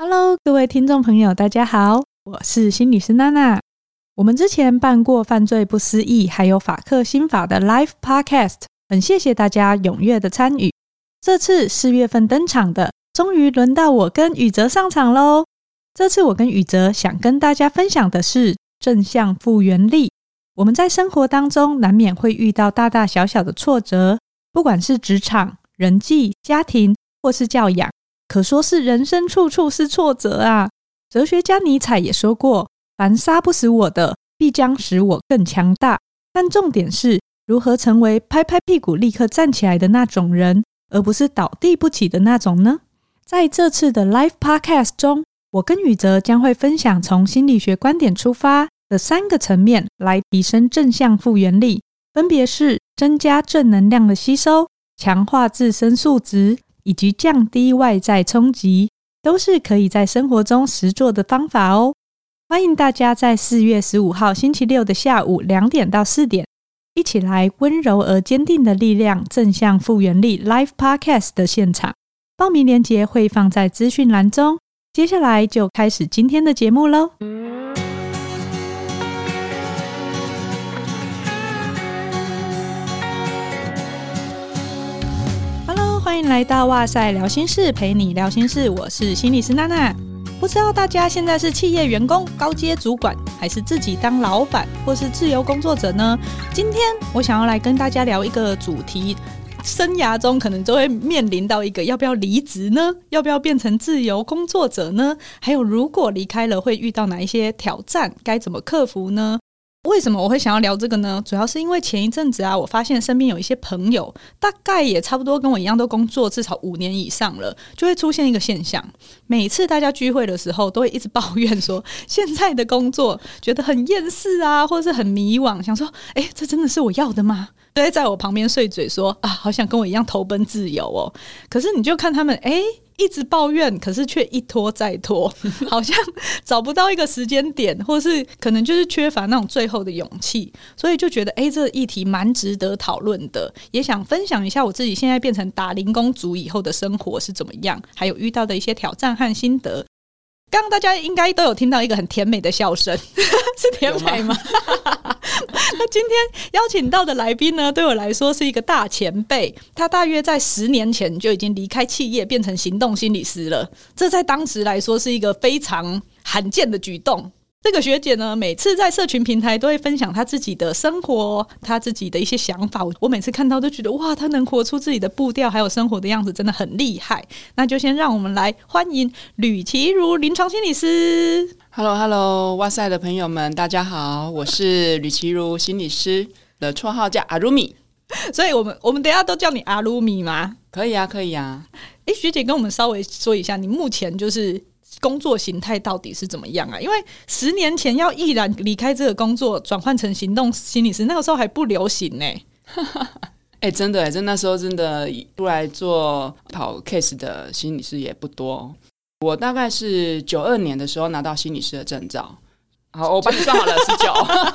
Hello， 各位听众朋友，大家好，我是心理师娜娜。我们之前办过犯罪不思议还有法克心法的 Live Podcast， 很谢谢大家踊跃的参与。这次4月份登场的，终于轮到我跟宇哲上场咯。这次我跟宇哲想跟大家分享的是正向复原力。我们在生活当中难免会遇到大大小小的挫折，不管是职场、人际、家庭或是教养，可说是人生处处是挫折啊。哲学家尼采也说过，凡杀不死我的，必将使我更强大。但重点是如何成为拍拍屁股立刻站起来的那种人，而不是倒地不起的那种呢？在这次的 Live Podcast 中，我跟宇哲将会分享从心理学观点出发的3个层面来提升正向复原力，分别是增加正能量的吸收、强化自身素质以及降低外在冲击，都是可以在生活中实作的方法哦。欢迎大家在4月15号星期六的下午2点到4点，一起来温柔而坚定的力量正向复原力 Live Podcast 的现场。报名链接会放在资讯栏中。接下来就开始今天的节目咯。Hello， 欢迎来到哇塞聊心事，陪你聊心事，我是心理师娜娜。不知道大家现在是企业员工、高阶主管，还是自己当老板，或是自由工作者呢？今天我想要来跟大家聊一个主题，生涯中可能就会面临到一个要不要离职呢？要不要变成自由工作者呢？还有如果离开了会遇到哪一些挑战，该怎么克服呢？为什么我会想要聊这个呢？主要是因为前一阵子我发现身边有一些朋友，大概也差不多跟我一样都工作至少5年以上了，就会出现一个现象，每次大家聚会的时候都会一直抱怨说现在的工作觉得很厌世啊，或是很迷惘，想说这真的是我要的吗？都会在我旁边碎嘴说好想跟我一样投奔自由哦。可是你就看他们一直抱怨，可是却一拖再拖，好像找不到一个时间点，或是可能就是缺乏那种最后的勇气，所以就觉得这个议题蛮值得讨论的，也想分享一下我自己现在变成打零工族以后的生活是怎么样，还有遇到的一些挑战和心得。刚刚大家应该都有听到一个很甜美的笑声，是甜美吗？那今天邀请到的来宾呢，对我来说是一个大前辈，他大约在10年前就已经离开企业变成行动心理师了，这在当时来说是一个非常罕见的举动。这个学姐呢，每次在社群平台都会分享她自己的生活，她自己的一些想法，我每次看到都觉得哇，她能活出自己的步调还有生活的样子真的很厉害。那就先让我们来欢迎吕其如临床心理师。 Hello， 哇塞的朋友们大家好，我是吕其如心理师的绰号叫阿鲁米。 所以我们等一下都叫你阿鲁米吗？ 可以啊可以啊。 学姐跟我们稍微说一下你目前就是工作形态到底是怎么样啊？因为10年前要毅然离开这个工作转换成行动心理师，那个时候还不流行呢。 真的那时候真的出来做跑 case 的心理师也不多。我大概是92年的时候拿到心理师的证照。好，我帮你算好了19。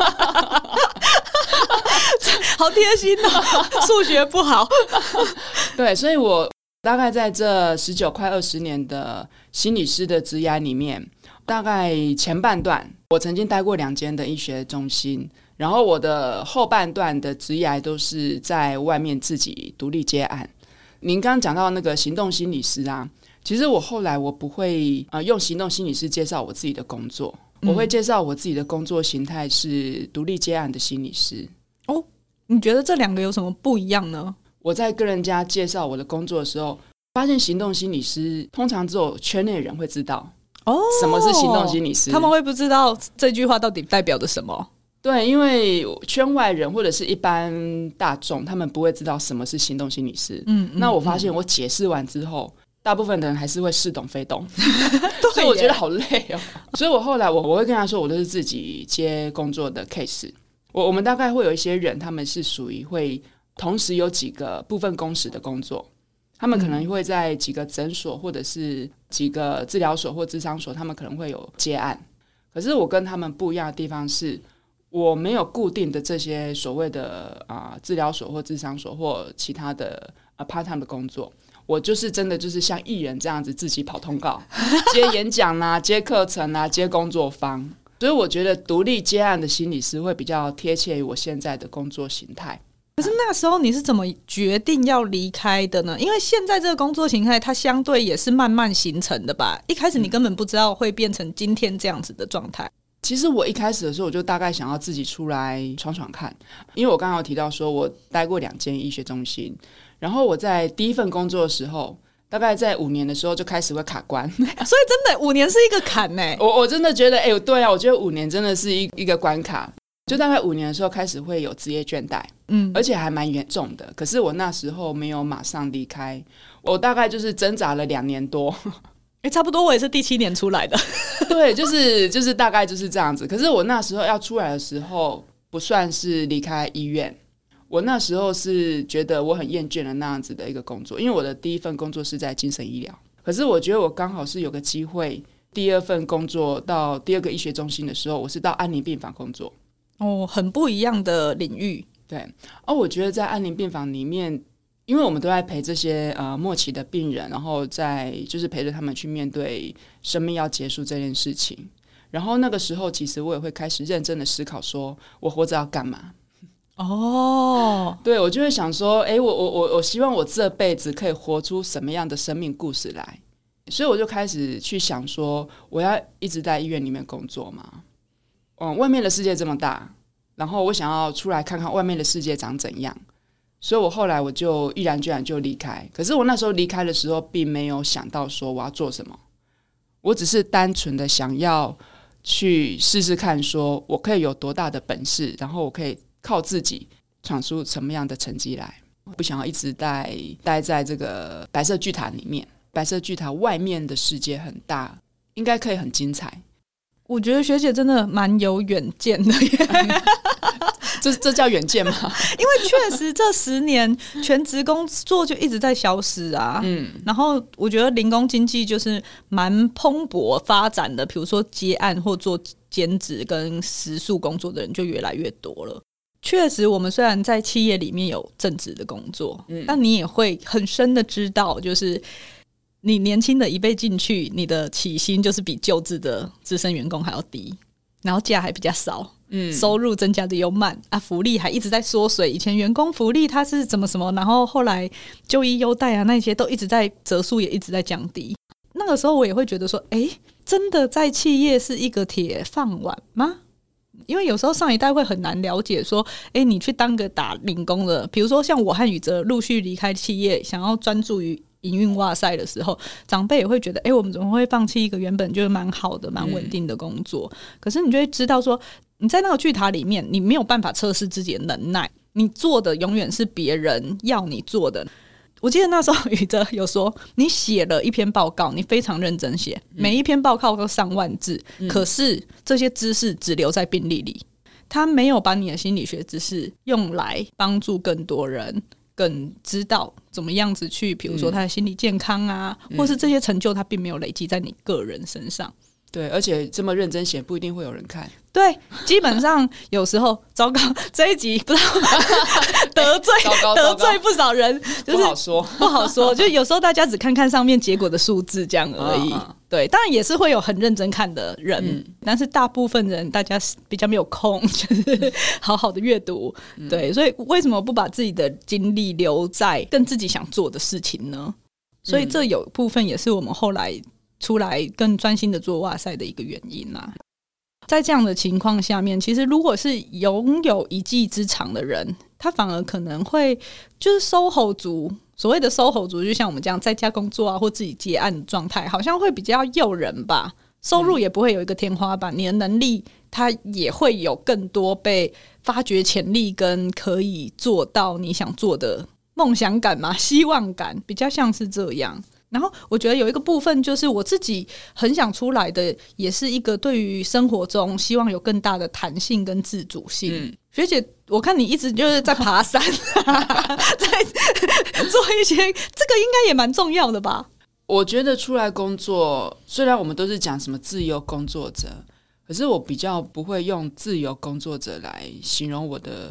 好贴心哦，数学不好。 对，所以我大概在这19快20年的心理师的职涯里面，大概前半段我曾经待过2间的医学中心，然后我的后半段的职涯都是在外面自己独立接案。您刚刚讲到那个行动心理师啊，其实我后来我不会用行动心理师介绍我自己的工作，我会介绍我自己的工作形态是独立接案的心理师。 你觉得这2个有什么不一样呢？ 我在跟人家介绍我的工作的时候，发现行动心理师通常只有圈内人会知道什么是行动心理师， 他们会不知道这句话到底代表的什么。 对，因为圈外人或者是一般大众他们不会知道什么是行动心理师。那我发现我解释完之后，大部分的人还是会似懂非懂。所以我觉得好累哦。所以我后来我会跟他说，我都是自己接工作的 case。我们大概会有一些人，他们是属于会同时有几个部分工时的工作，他们可能会在几个诊所或者是几个治疗所或咨商所，他们可能会有接案。可是我跟他们不一样的地方是，我没有固定的这些所谓的治疗所或咨商所或其他的part time 的工作， 我就是真的就是像艺人这样子自己跑通告接演讲啊接课程啊接工作坊，所以我觉得独立接案的心理师会比较贴切于我现在的工作形态。 可是那时候你是怎么决定要离开的呢？因为现在这个工作形态它相对也是慢慢形成的吧，一开始你根本不知道会变成今天这样子的状态。 其实我一开始的时候我就大概想要自己出来闯闯看，因为我刚刚有提到说我待过2间医学中心，然后我在第一份工作的时候大概在5年的时候就开始会卡关所以真的5年是一个坎欸。 我真的觉得对啊，我觉得5年真的是一个关卡，就大概5年的时候开始会有职业倦怠，而且还蛮严重的。可是我那时候没有马上离开，我大概就是挣扎了2年多差不多我也是第7年出来的对，就是大概就是这样子。可是我那时候要出来的时候不算是离开医院，我那时候是觉得我很厌倦了那样子的一个工作，因为我的第一份工作是在精神医疗，可是我觉得我刚好是有个机会，第2份工作到第2个医学中心的时候，我是到安宁病房工作很不一样的领域。 对，我觉得在安宁病房里面，因为我们都在陪这些末期的病人，然后在就是陪着他们去面对生命要结束这件事情，然后那个时候其实我也会开始认真的思考说我活着要干嘛。对，我就会想说我希望我这辈子可以活出什么样的生命故事来，所以我就开始去想说我要一直在医院里面工作嘛，外面的世界这么大，然后我想要出来看看外面的世界长怎样，所以我后来我就毅然决然就离开。可是我那时候离开的时候并没有想到说我要做什么，我只是单纯的想要去试试看说我可以有多大的本事，然后我可以靠自己闯出什么样的成绩来，不想要一直待在这个白色巨塔里面，白色巨塔外面的世界很大，应该可以很精彩。 我觉得学姐真的蛮有远见的耶这叫远见吗？ 因为确实这10年全职工作就一直在消失啊。然后我觉得零工经济就是蛮蓬勃发展的，比如说接案或做兼职跟时数工作的人就越来越多了。确实我们虽然在企业里面有正职的工作，但你也会很深的知道，就是你年轻的一辈进去，你的起薪就是比就职的资深员工还要低，然后假还比较少，收入增加的又慢啊，福利还一直在缩水。以前员工福利它是怎么什么，然后后来就医优待啊那些都一直在折数，也一直在降低。那个时候我也会觉得说，真的在企业是一个铁饭碗吗？因为有时候上一代会很难了解说你去当个打零工的，比如说像我和宇哲陆续离开企业，想要专注于营运哇塞的时候，长辈也会觉得我们怎么会放弃一个原本就蛮好的蛮稳定的工作。可是你就会知道说你在那个巨塔里面你没有办法测试自己的能耐，你做的永远是别人要你做的。我记得那时候宇哲有说，你写了一篇报告，你非常认真写，每一篇报告都上万字，可是这些知识只留在病历里，他没有把你的心理学知识用来帮助更多人更知道怎么样子去，比如说他的心理健康啊，或是这些成就他并没有累积在你个人身上。 对，而且这么认真写不一定会有人看。 对，基本上有时候糟糕，这一集不知道得罪不少人，就是不好说就有时候大家只看上面结果的数字这样而已。对，当然也是会有很认真看的人，但是大部分人大家比较没有空就是好好的阅读。对，所以为什么不把自己的精力留在更自己想做的事情呢？所以这有部分也是我们后来出来更专心的做哇塞的一个原因啊。在这样的情况下面，其实如果是拥有一技之长的人，他反而可能会就是 SOHO 族，所谓的 SOHO 族就像我们这样在家工作啊或自己接案的状态，好像会比较诱人吧，收入也不会有一个天花板，你的能力它也会有更多被发掘潜力跟可以做到你想做的梦想感嘛，希望感，比较像是这样。然后我觉得有一个部分就是我自己很想出来的，也是一个对于生活中希望有更大的弹性跟自主性。学姐我看你一直就是在爬山在做一些，这个应该也蛮重要的吧。 我觉得出来工作，虽然我们都是讲什么自由工作者，可是我比较不会用自由工作者来形容我的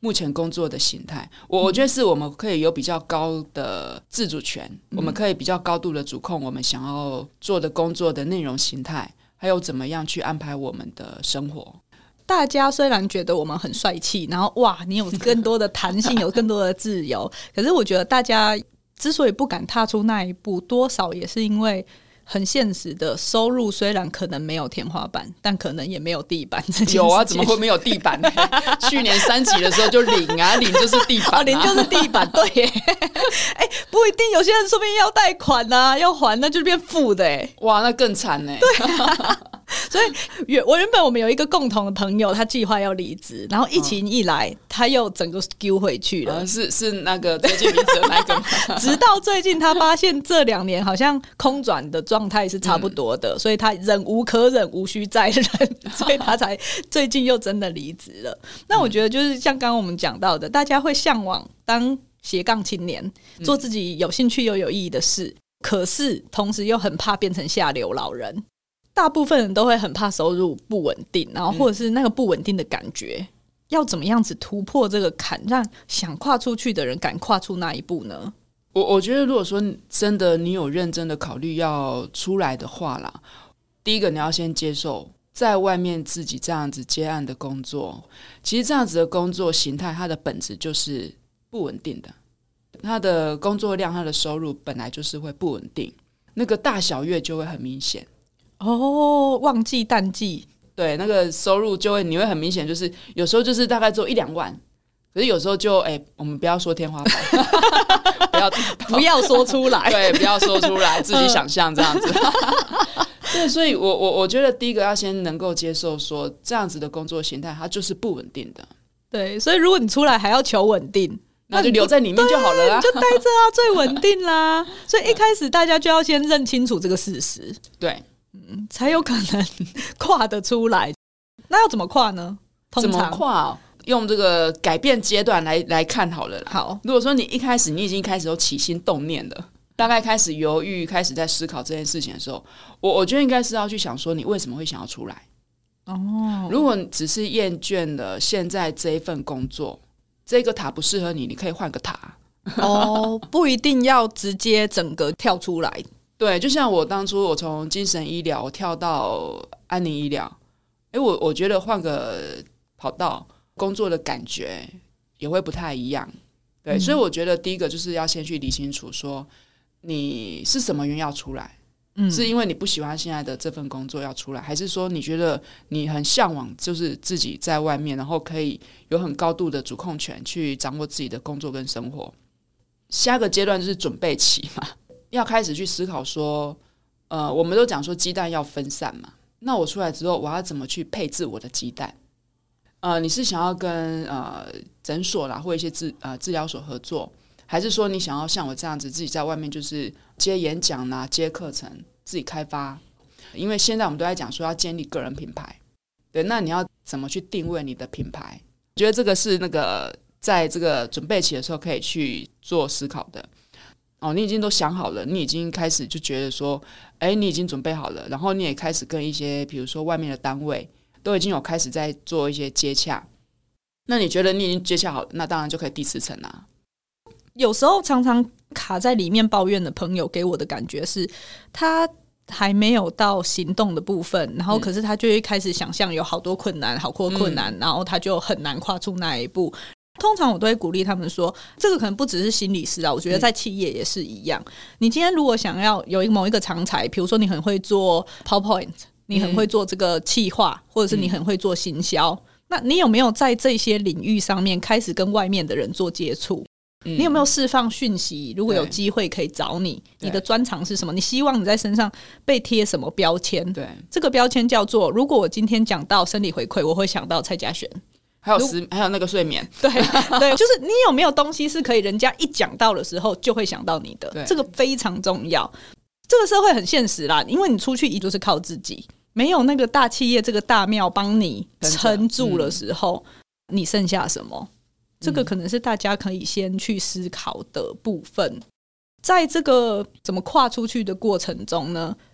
目前工作的形态，我觉得是我们可以有比较高的自主权，我们可以比较高度的主控我们想要做的工作的内容形态，还有怎么样去安排我们的生活。 大家虽然觉得我们很帅气，然后哇你有更多的弹性有更多的自由，可是我觉得大家之所以不敢踏出那一步，多少也是因为很现实的，收入虽然可能没有天花板，但可能也没有地板。 有啊，怎么会没有地板呢？去年3级的时候就0啊，0就是地板啊。 0就是地板，对耶。不一定，有些人说不定要贷款啊，要还那就变负的耶。 哇，那更惨呢。 对啊。所以我们有一个共同的朋友，他计划要离职，然后疫情一来，他又整个丢回去了。 是那个最近离职的那个吗？ 直到最近他发现这2年好像空转的状态是差不多的，所以他忍无可忍，无需再忍，所以他才最近又真的离职了。那我觉得就是像刚刚我们讲到的，大家会向往当斜杠青年，做自己有兴趣又有意义的事，可是同时又很怕变成下流老人。大部分人都会很怕收入不稳定，然后或者是那个不稳定的感觉，要怎么样子突破这个坎，让想跨出去的人敢跨出那一步呢？ 我觉得如果说真的你有认真的考虑要出来的话啦，第一个你要先接受在外面自己这样子接案的工作，其实这样子的工作形态它的本质就是不稳定的，它的工作量它的收入本来就是会不稳定，那个大小月就会很明显哦，旺季淡季， 对，那个收入就会你会很明显，就是有时候就是大概做1-2万，可是有时候就我们不要说天花板不要说出来对，不要说出来，自己想象这样子对，所以我觉得第一个要先能够接受说这样子的工作形态它就是不稳定的。 对，所以如果你出来还要求稳定， 那就留在里面就好了啊， 你就待着啊，最稳定啦。所以一开始大家就要先认清楚这个事实， 对， 才有可能跨得出来。那要怎么跨呢？ 怎么跨用这个改变阶段来看好了啦。 好， 如果说你一开始你已经开始有起心动念了，大概开始犹豫，开始在思考这件事情的时候，我觉得应该是要去想说你为什么会想要出来。如果你只是厌倦了现在这一份工作，这个塔不适合你，你可以换个塔不一定要直接整个跳出来。 对，就像我当初我从精神医疗跳到安宁医疗，我觉得换个跑道工作的感觉也会不太一样。对，所以我觉得第一个就是要先去理清楚说你是什么原因要出来，是因为你不喜欢现在的这份工作要出来，还是说你觉得你很向往就是自己在外面然后可以有很高度的主控权去掌握自己的工作跟生活。下个阶段就是准备期嘛，要开始去思考说我们都讲说鸡蛋要分散嘛，那我出来之后我要怎么去配置我的鸡蛋。你是想要跟诊所啦或一些治疗所合作，还是说你想要像我这样子自己在外面就是接演讲啦接课程自己开发。因为现在我们都在讲说要建立个人品牌，对，那你要怎么去定位你的品牌，我觉得这个是那个在这个准备期的时候可以去做思考的。你已经都想好了，你已经开始就觉得说你已经准备好了，然后你也开始跟一些比如说外面的单位都已经有开始在做一些接洽，那你觉得你已经接洽好了，那当然就可以第4层啊。 有时候常常卡在里面抱怨的朋友给我的感觉是他还没有到行动的部分，然后可是他就会开始想象有好多困难好多困难，然后他就很难跨出那一步。通常我都会鼓励他们说，这个可能不只是心理师啊，我觉得在企业也是一样。你今天如果想要有某一个长才，比如说你很会做 PowerPoint， 你很会做这个企划，或者是你很会做行销，那你有没有在这些领域上面开始跟外面的人做接触？你有没有释放讯息？如果有机会可以找你，你的专长是什么？你希望你在身上被贴什么标签？对，这个标签叫做，如果我今天讲到生理回馈，我会想到蔡嘉璇。 还有那个睡眠， 对对，就是你有没有东西是可以人家一讲到的时候就会想到你的，这个非常重要。这个社会很现实啦，因为你出去一就是靠自己，没有那个大企业这个大庙帮你撑住的时候，你剩下什么？这个可能是大家可以先去思考的部分。在这个怎么跨出去的过程中呢，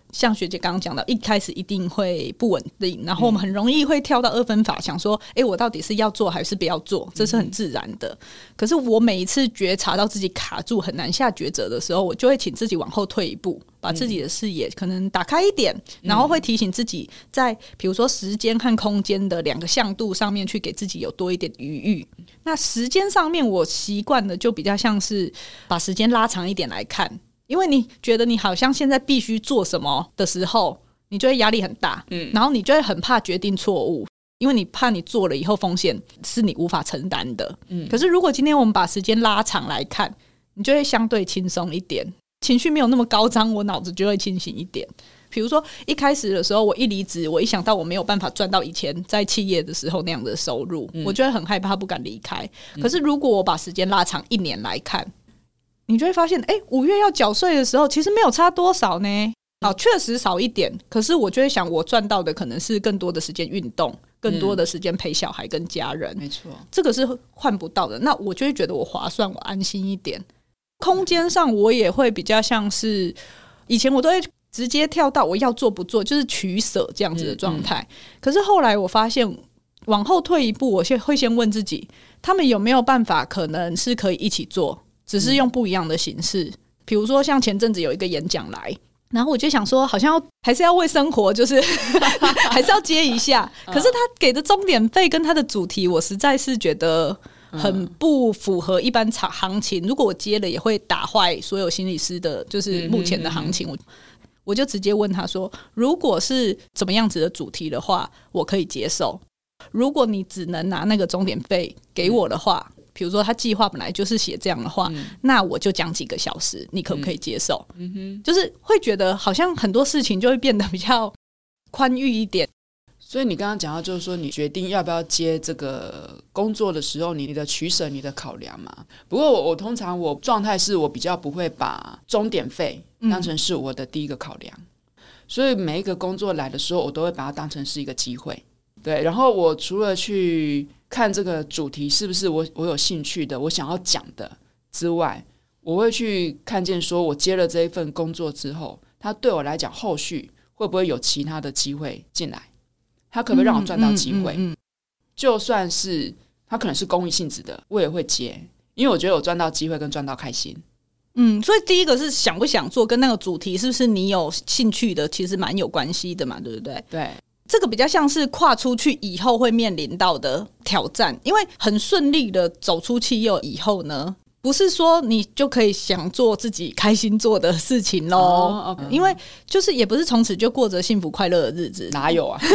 像学姐刚刚讲到，一开始一定会不稳定，然后我们很容易会跳到二分法，想说我到底是要做还是不要做，这是很自然的。可是我每一次觉察到自己卡住很难下抉择的时候，我就会请自己往后退一步，把自己的视野可能打开一点，然后会提醒自己在比如说时间和空间的2个向度上面去给自己有多一点余裕。那时间上面我习惯的就比较像是把时间拉长一点来看，因为你觉得你好像现在必须做什么的时候，你就会压力很大，然后你就会很怕决定错误，因为你怕你做了以后风险是你无法承担的。可是如果今天我们把时间拉长来看，你就会相对轻松一点，情绪没有那么高涨，我脑子就会清醒一点。比如说一开始的时候，我一离职，我一想到我没有办法赚到以前在企业的时候那样的收入，我就会很害怕，不敢离开。可是如果我把时间拉长1年来看，你就会发现5月要缴税的时候其实没有差多少呢。好，确实少一点，可是我就会想我赚到的可能是更多的时间运动，更多的时间陪小孩跟家人， 没错， 这个是换不到的。那我就会觉得我划算，我安心一点。空间上我也会比较像是以前我都会直接跳到我要做不做，就是取舍这样子的状态。可是后来我发现往后退一步，我会先问自己，他们有没有办法可能是可以一起做，只是用不一样的形式。比如说像前阵子有一个演讲来，然后我就想说好像还是要为生活就是还是要接一下，可是他给的钟点费跟他的主题我实在是觉得很不符合一般行情，如果我接了也会打坏所有心理师的就是目前的行情。我就直接问他说，如果是怎么样子的主题的话我可以接受，如果你只能拿那个钟点费给我的话，比如说他计划本来就是写这样的话，那我就讲几个小时，你可不可以接受？就是会觉得好像很多事情就会变得比较宽裕一点。 所以你刚刚讲到就是说你决定要不要接这个工作的时候，你的取舍你的考量嘛。不过我通常我状态是我比较不会把钟点费当成是我的第一个考量，所以每一个工作来的时候我都会把它当成是一个机会。对，然后我除了去看这个主题是不是我有兴趣的，我想要讲的之外，我会去看见说我接了这一份工作之后，它对我来讲后续会不会有其他的机会进来，它可不可以让我赚到机会。就算是它可能是公益性质的我也会接，因为我觉得我赚到机会跟赚到开心。 所以第一个是想不想做跟那个主题是不是你有兴趣的其实蛮有关系的嘛，对不对？ 对， 这个比较像是跨出去以后会面临到的挑战，因为很顺利的走出企业以后呢，不是说你就可以想做自己开心做的事情咯。因为就是也不是从此就过着幸福快乐的日子， 哪有啊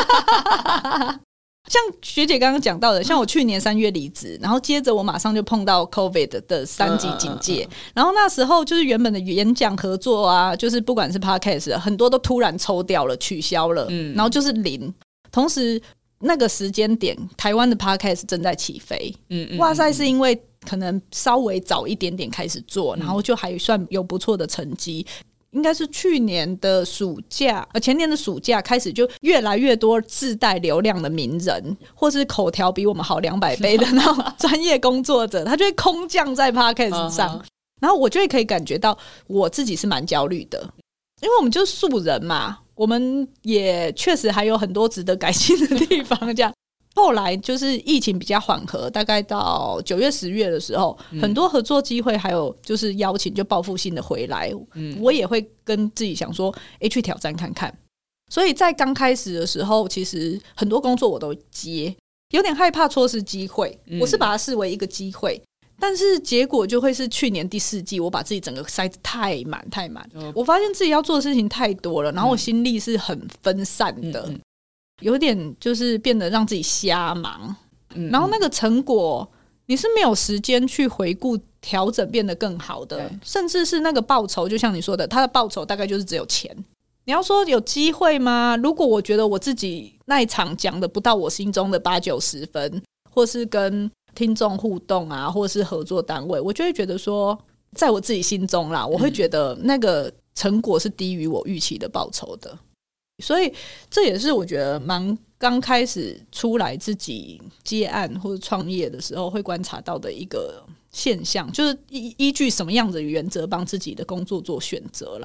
像学姐刚刚讲到的，像我去年3月离职，然后接着我马上就碰到 COVID 的3级警戒，然后那时候就是原本的演讲合作啊，就是不管是 Podcast 很多都突然抽掉了取消了，然后就是零。同时那个时间点台湾的 Podcast 正在起飞，哇塞，是因为可能稍微早一点点开始做，然后就还算有不错的成绩。应该是去年的暑假前年的暑假开始，就越来越多自带流量的名人或是口条比我们好200倍的那种专业工作者，他就会空降在 Podcast 上然后我就会可以感觉到我自己是蛮焦虑的，因为我们就是素人嘛，我们也确实还有很多值得改进的地方这样。后来就是疫情比较缓和，大概到9月10月的时候，很多合作机会还有就是邀请就报复性的回来，我也会跟自己想说去挑战看看。所以在刚开始的时候其实很多工作我都接，有点害怕错失机会，我是把它视为一个机会，但是结果就会是去年第4季我把自己整个塞得太满，我发现自己要做的事情太多了，然后我心力是很分散的，有点就是变得让自己瞎忙，然后那个成果你是没有时间去回顾调整变得更好的，甚至是那个报酬就像你说的，他的报酬大概就是只有钱。你要说有机会吗？如果我觉得我自己那一场讲的不到我心中的8-90分，或是跟听众互动啊，或是合作单位，我就会觉得说在我自己心中啦，我会觉得那个成果是低于我预期的报酬的。所以这也是我觉得蛮刚开始出来自己接案或者创业的时候会观察到的一个现象，就是依据什么样的原则帮自己的工作做选择啦。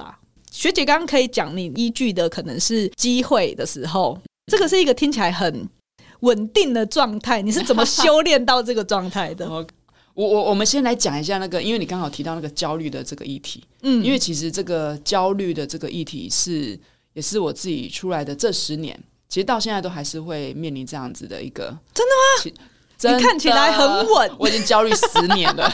学姐刚刚可以讲你依据的可能是机会的时候，这个是一个听起来很稳定的状态，你是怎么修炼到这个状态的？ 我们先来讲一下那个，因为你刚好提到那个焦虑的这个议题，因为其实这个焦虑的这个议题也是我自己出来的这10年，其实到现在都还是会面临这样子的一个。 真的吗？你看起来很稳， 我已经焦虑10年了。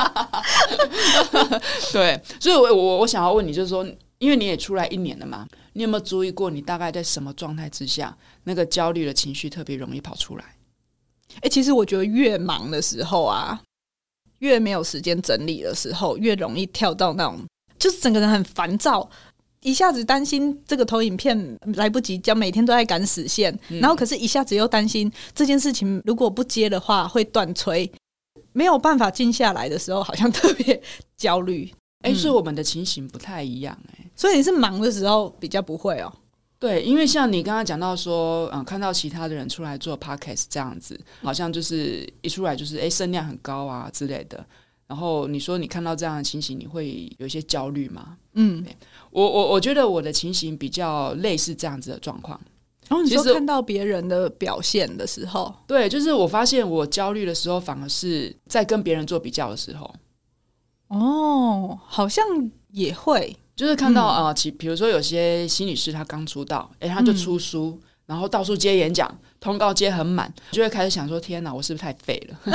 对，所以我想要问你，就是说，因为你也出来1年了嘛，你有没有注意过，你大概在什么状态之下，那个焦虑的情绪特别容易跑出来？ 其实我觉得越忙的时候啊，越没有时间整理的时候，越容易跳到那种就是整个人很烦躁，一下子担心这个投影片来不及交，每天都在赶死线，然后可是一下子又担心这件事情如果不接的话会断炊，没有办法静下来的时候好像特别焦虑。 所以我们的情形不太一样。 所以你是忙的时候比较不会哦。 对，因为像你刚刚讲到说，看到其他的人出来做 podcast 这样子，好像就是一出来就是声量很高啊之类的，然后你说你看到这样的情形，你会有一些焦虑吗？我觉得我的情形比较类似这样子的状况。 你说看到别人的表现的时候， 对，就是我发现我焦虑的时候，反而是在跟别人做比较的时候。 好像也会。 就是看到比如说有些心理师他刚出道，他就出书，然后到处接演讲，通告接很满，就会开始想说天哪，我是不是太废了？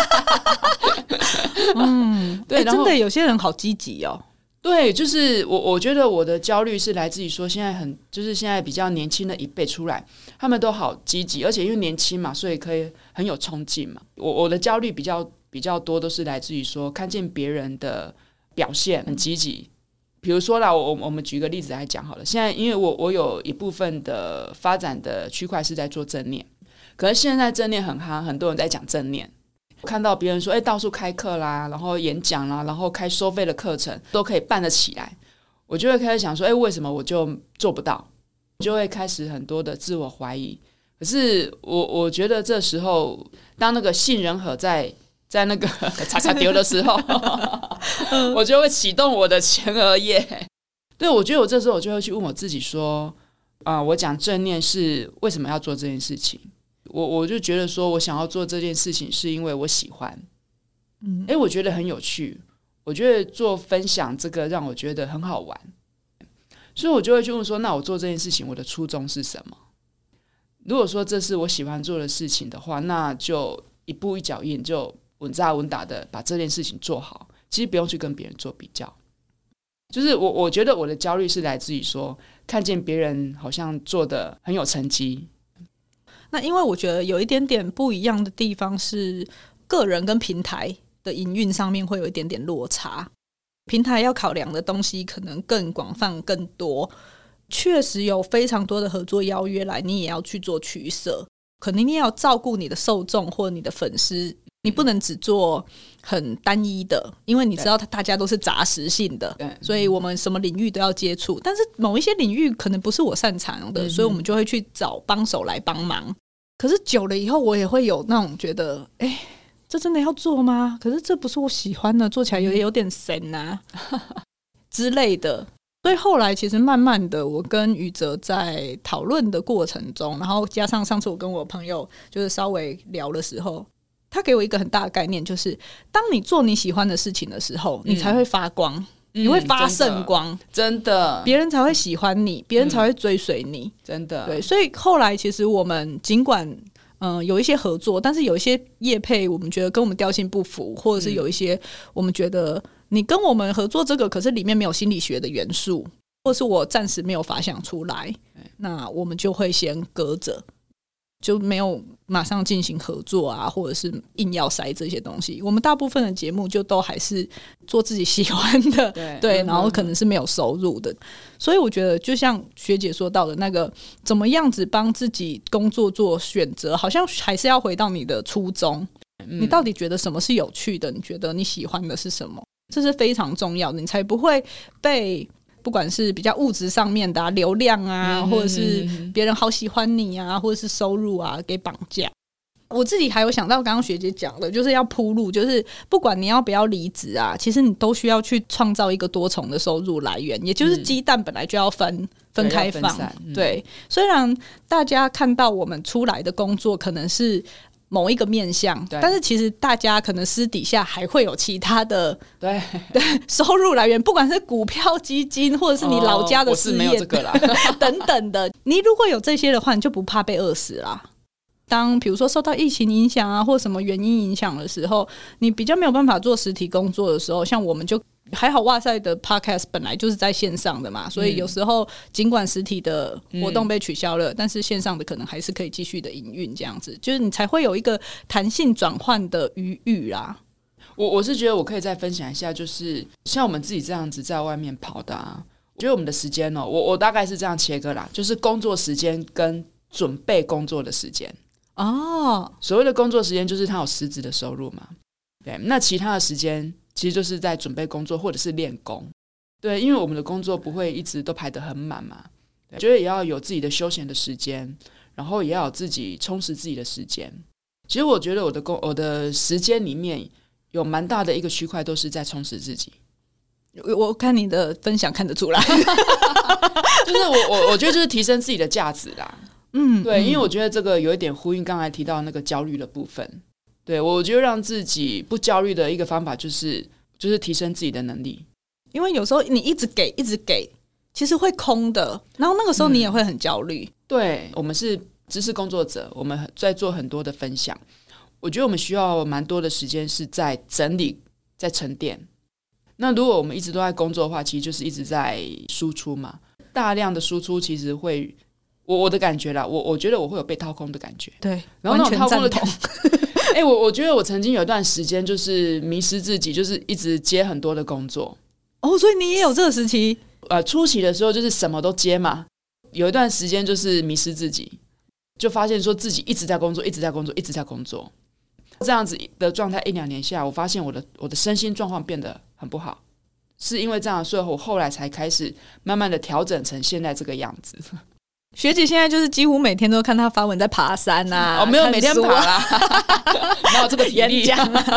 对，真的有些人好积极哦。 对，就是我觉得我的焦虑是来自于说现在比较年轻的一辈出来，他们都好积极，而且因为年轻嘛，所以可以很有冲劲嘛。我的焦虑比较多都是来自于说看见别人的表现很积极。比如说啦，我们举个例子来讲好了。现在因为我有一部分的发展的区块是在做正念，可是现在正念很夯，很多人在讲正念。看到别人说到处开课啦，然后演讲啦，然后开收费的课程都可以办得起来，我就会开始想说为什么我就做不到，就会开始很多的自我怀疑。可是我觉得这时候当那个杏仁核在那个擦擦丢的时候我就会启动我的前额叶。对，我觉得我这时候我就会去问我自己说我讲正念是为什么要做这件事情。我就觉得说我想要做这件事情是因为我喜欢，我觉得很有趣，我觉得做分享这个让我觉得很好玩，所以我就会去问说那我做这件事情我的初衷是什么。如果说这是我喜欢做的事情的话，那就一步一脚印，就稳扎稳打的把这件事情做好，其实不用去跟别人做比较。就是我觉得我的焦虑是来自于说看见别人好像做的很有成绩。 那因为我觉得有一点点不一样的地方是个人跟平台的营运上面会有一点点落差，平台要考量的东西可能更广泛更多，确实有非常多的合作邀约来，你也要去做取舍，可能你也要照顾你的受众或你的粉丝，你不能只做很单一的，因为你知道大家都是杂食性的，所以我们什么领域都要接触，但是某一些领域可能不是我擅长的，所以我们就会去找帮手来帮忙。可是久了以后我也会有那种觉得这真的要做吗？可是这不是我喜欢的，做起来也有点神啊之类的。所以后来其实慢慢的我跟宇哲在讨论的过程中，然后加上上次我跟我朋友就是稍微聊的时候，他给我一个很大的概念，就是当你做你喜欢的事情的时候，你才会发光，你会发圣光， 真的， 别人才会喜欢你，别人才会追随你， 真的。 对，所以后来其实我们尽管有一些合作，但是有一些业配我们觉得跟我们调性不符，或者是有一些我们觉得你跟我们合作这个可是里面没有心理学的元素，或是我暂时没有发想出来，那我们就会先搁着，就没有马上进行合作啊，或者是硬要塞这些东西。我们大部分的节目就都还是做自己喜欢的， 对，然后可能是没有收入的。所以我觉得就像学姐说到的那个怎么样子帮自己工作做选择，好像还是要回到你的初衷，你到底觉得什么是有趣的，你觉得你喜欢的是什么，这是非常重要的，你才不会被不管是比较物质上面的流量啊，或者是别人好喜欢你啊，或者是收入啊给绑架。 我自己还有想到刚刚学姐讲的，就是要铺路，就是不管你要不要离职啊，其实你都需要去创造一个多重的收入来源，也就是鸡蛋本来就要分开放。对，虽然大家看到我们出来的工作可能是某一个面向，但是其实大家可能私底下还会有其他的对收入来源，不管是股票基金或者是你老家的事业、我是没有这个啦等等的。你如果有这些的话，你就不怕被饿死啦。当比如说受到疫情影响啊，或什么原因影响的时候，你比较没有办法做实体工作的时候，像我们就还好，哇塞的 podcast 本来就是在线上的嘛，所以有时候尽管实体的活动被取消了，但是线上的可能还是可以继续的营运，这样子就是你才会有一个弹性转换的余裕啦。 我是觉得我可以再分享一下，就是像我们自己这样子在外面跑的啊，我觉得我们的时间我大概是这样切割啦，就是工作时间跟准备工作的时间。所谓的工作时间就是他有实质的收入嘛，对，那其他的时间其实就是在准备工作或者是练功。对，因为我们的工作不会一直都排得很满嘛，我觉得也要有自己的休闲的时间，然后也要有自己充实自己的时间。其实我觉得我的时间里面有蛮大的一个区块都是在充实自己。 我看你的分享看得出来就是我觉得就是提升自己的价值啦。对，因为我觉得这个有一点呼应刚才提到那个焦虑的部分。对，我觉得让自己不焦虑的一个方法就是提升自己的能力。 因为有时候你一直给其实会空的，然后那个时候你也会很焦虑。 对，我们是知识工作者，我们在做很多的分享，我觉得我们需要蛮多的时间是在整理在沉淀。那如果我们一直都在工作的话，其实就是一直在输出嘛，大量的输出其实会我的感觉啦，我觉得我会有被掏空的感觉。 对， 然后那种掏空的感觉我觉得我曾经有一段时间就是迷失自己，就是一直接很多的工作。 所以你也有这个时期？ 初期的时候就是什么都接嘛，有一段时间就是迷失自己，就发现说自己一直在工作，一直在工作，一直在工作，这样子的状态1-2年下，我发现我的身心状况变得很不好，是因为这样，所以我后来才开始慢慢的调整成现在这个样子。 学姐现在就是几乎每天都看她发文在爬山啊， 没有每天爬啦哪有这个体力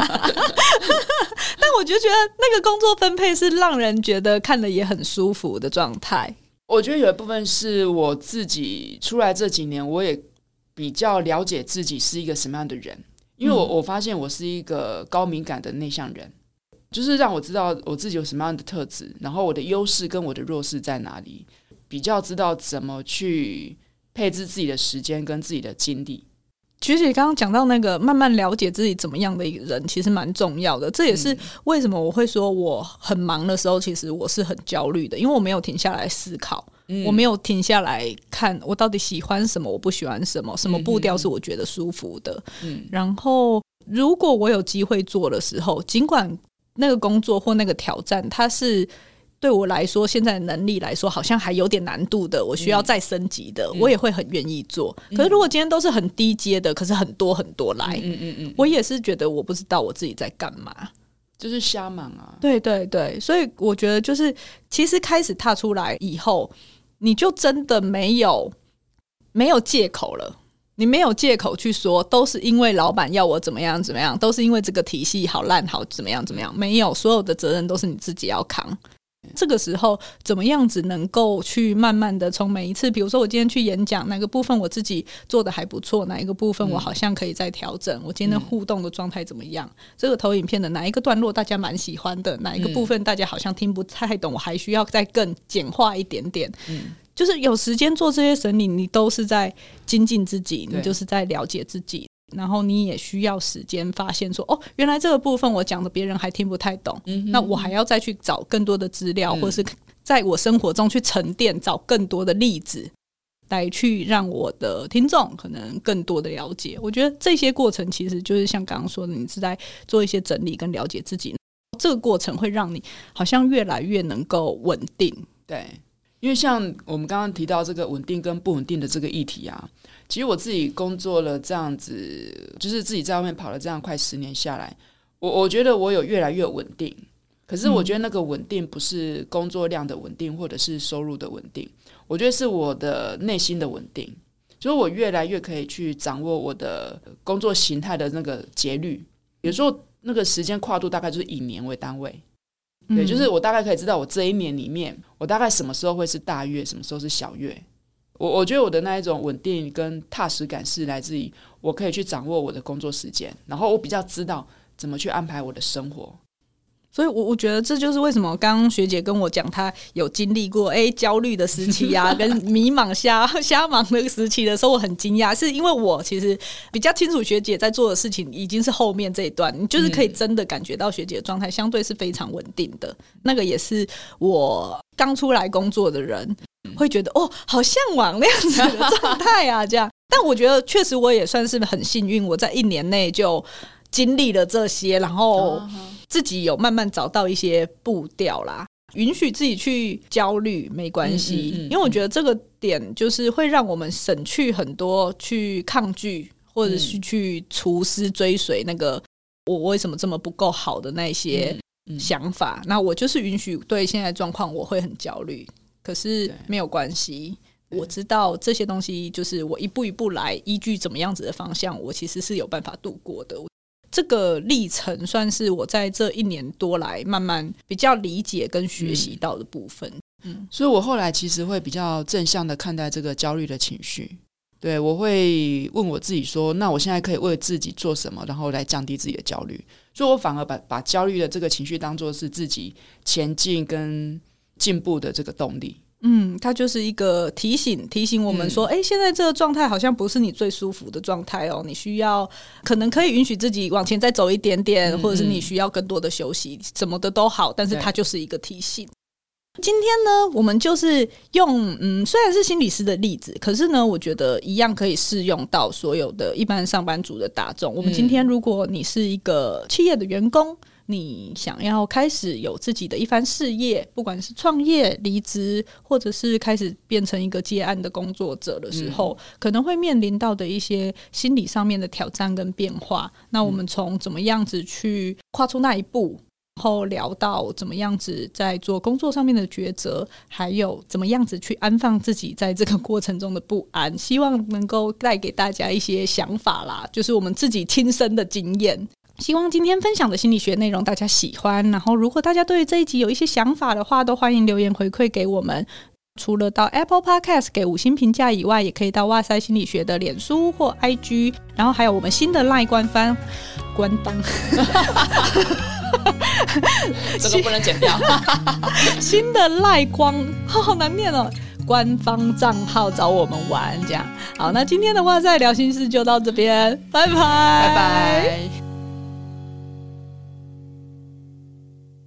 但我就觉得那个工作分配是让人觉得看了也很舒服的状态。 我觉得有一部分是我自己出来这几年，我也比较了解自己是一个什么样的人，因为我发现我是一个高敏感的内向人，就是让我知道我自己有什么样的特质，然后我的优势跟我的弱势在哪里，比较知道怎么去配置自己的时间跟自己的精力。 学姐刚刚讲到那个慢慢了解自己怎么样的一个人其实蛮重要的，这也是为什么我会说我很忙的时候其实我是很焦虑的，因为我没有停下来思考，我没有停下来看我到底喜欢什么，我不喜欢什么，什么步调是我觉得舒服的。然后如果我有机会做的时候，尽管那个工作或那个挑战它是对我来说现在的能力来说好像还有点难度的，我需要再升级的，我也会很愿意做。可是如果今天都是很低阶的，可是很多很多来，我也是觉得我不知道我自己在干嘛， 就是瞎忙啊。 对对对，所以我觉得就是其实开始踏出来以后，你就真的没有借口了，你没有借口去说都是因为老板要我怎么样怎么样，都是因为这个体系好烂好怎么样怎么样，没有，所有的责任都是你自己要扛。这个时候怎么样子能够去慢慢的从每一次，比如说我今天去演讲，哪个部分我自己做的还不错，哪一个部分我好像可以再调整，我今天的互动的状态怎么样，这个投影片的哪一个段落大家蛮喜欢的，哪一个部分大家好像听不太懂，我还需要再更简化一点点。就是有时间做这些整理，你都是在精进自己，你就是在了解自己，然后你也需要时间发现说原来这个部分我讲的别人还听不太懂，那我还要再去找更多的资料，或是在我生活中去沉淀，找更多的例子来去让我的听众可能更多的了解。我觉得这些过程其实就是像刚刚说的，你是在做一些整理跟了解自己，这个过程会让你好像越来越能够稳定。 对，因为像我们刚刚提到这个稳定跟不稳定的这个议题啊，其实我自己工作了这样子，就是自己在外面跑了这样快10年下来，我觉得我有越来越稳定。可是我觉得那个稳定不是工作量的稳定或者是收入的稳定，我觉得是我的内心的稳定， 就是我越来越可以去掌握我的工作形态的那个节律，有时候那个时间跨度大概就是以年为单位，对，就是我大概可以知道我这一年里面我大概什么时候会是大月，什么时候是小月。我觉得我的那一种稳定跟踏实感是来自于我可以去掌握我的工作时间，然后我比较知道怎么去安排我的生活。 所以我觉得这就是为什么刚刚学姐跟我讲她有经历过焦虑的时期啊跟迷茫瞎忙的时期的时候，我很惊讶，是因为我其实比较清楚学姐在做的事情已经是后面这一段，你就是可以真的感觉到学姐的状态相对是非常稳定的，那个也是我刚出来工作的人会觉得好向往那样子的状态啊这样。但我觉得确实我也算是很幸运，我在1年内就经历了这些，然后自己有慢慢找到一些步调啦，允许自己去焦虑没关系，因为我觉得这个点就是会让我们省去很多去抗拒或者是去除丝追随那个我为什么这么不够好的那些想法。那我就是允许对现在状况我会很焦虑，可是没有关系，我知道这些东西就是我一步一步来，依据怎么样子的方向我其实是有办法度过的。这个历程算是我在这1年多来慢慢比较理解跟学习到的部分。 所以我后来其实会比较正向的看待这个焦虑的情绪。对，我会问我自己说，那我现在可以为自己做什么，然后来降低自己的焦虑。所以我反而把焦虑的这个情绪当作是自己前进跟进步的这个动力。 它就是一个提醒我们说现在这个状态好像不是你最舒服的状态你需要可能可以允许自己往前再走一点点，或者是你需要更多的休息，什么的都好，但是它就是一个提醒。今天呢我们就是用虽然是心理师的例子，可是呢我觉得一样可以适用到所有的一般上班族的大众。我们今天如果你是一个企业的员工，你想要开始有自己的一番事业，不管是创业、离职，或者是开始变成一个接案的工作者的时候，可能会面临到的一些心理上面的挑战跟变化。那我们从怎么样子去跨出那一步，然后聊到怎么样子在做工作上面的抉择，还有怎么样子去安放自己在这个过程中的不安，希望能够带给大家一些想法啦，就是我们自己亲身的经验。希望今天分享的心理学内容大家喜欢，然后如果大家对于这一集有一些想法的话，都欢迎留言回馈给我们。除了到 Apple Podcast 给5星评价以外，也可以到哇塞心理学的脸书或 IG， 然后还有我们新的 LINE 官方这个不能剪掉新的LINE好难念官方账号找我们玩这样。好，那今天的哇塞聊心事就到这边，拜拜拜拜。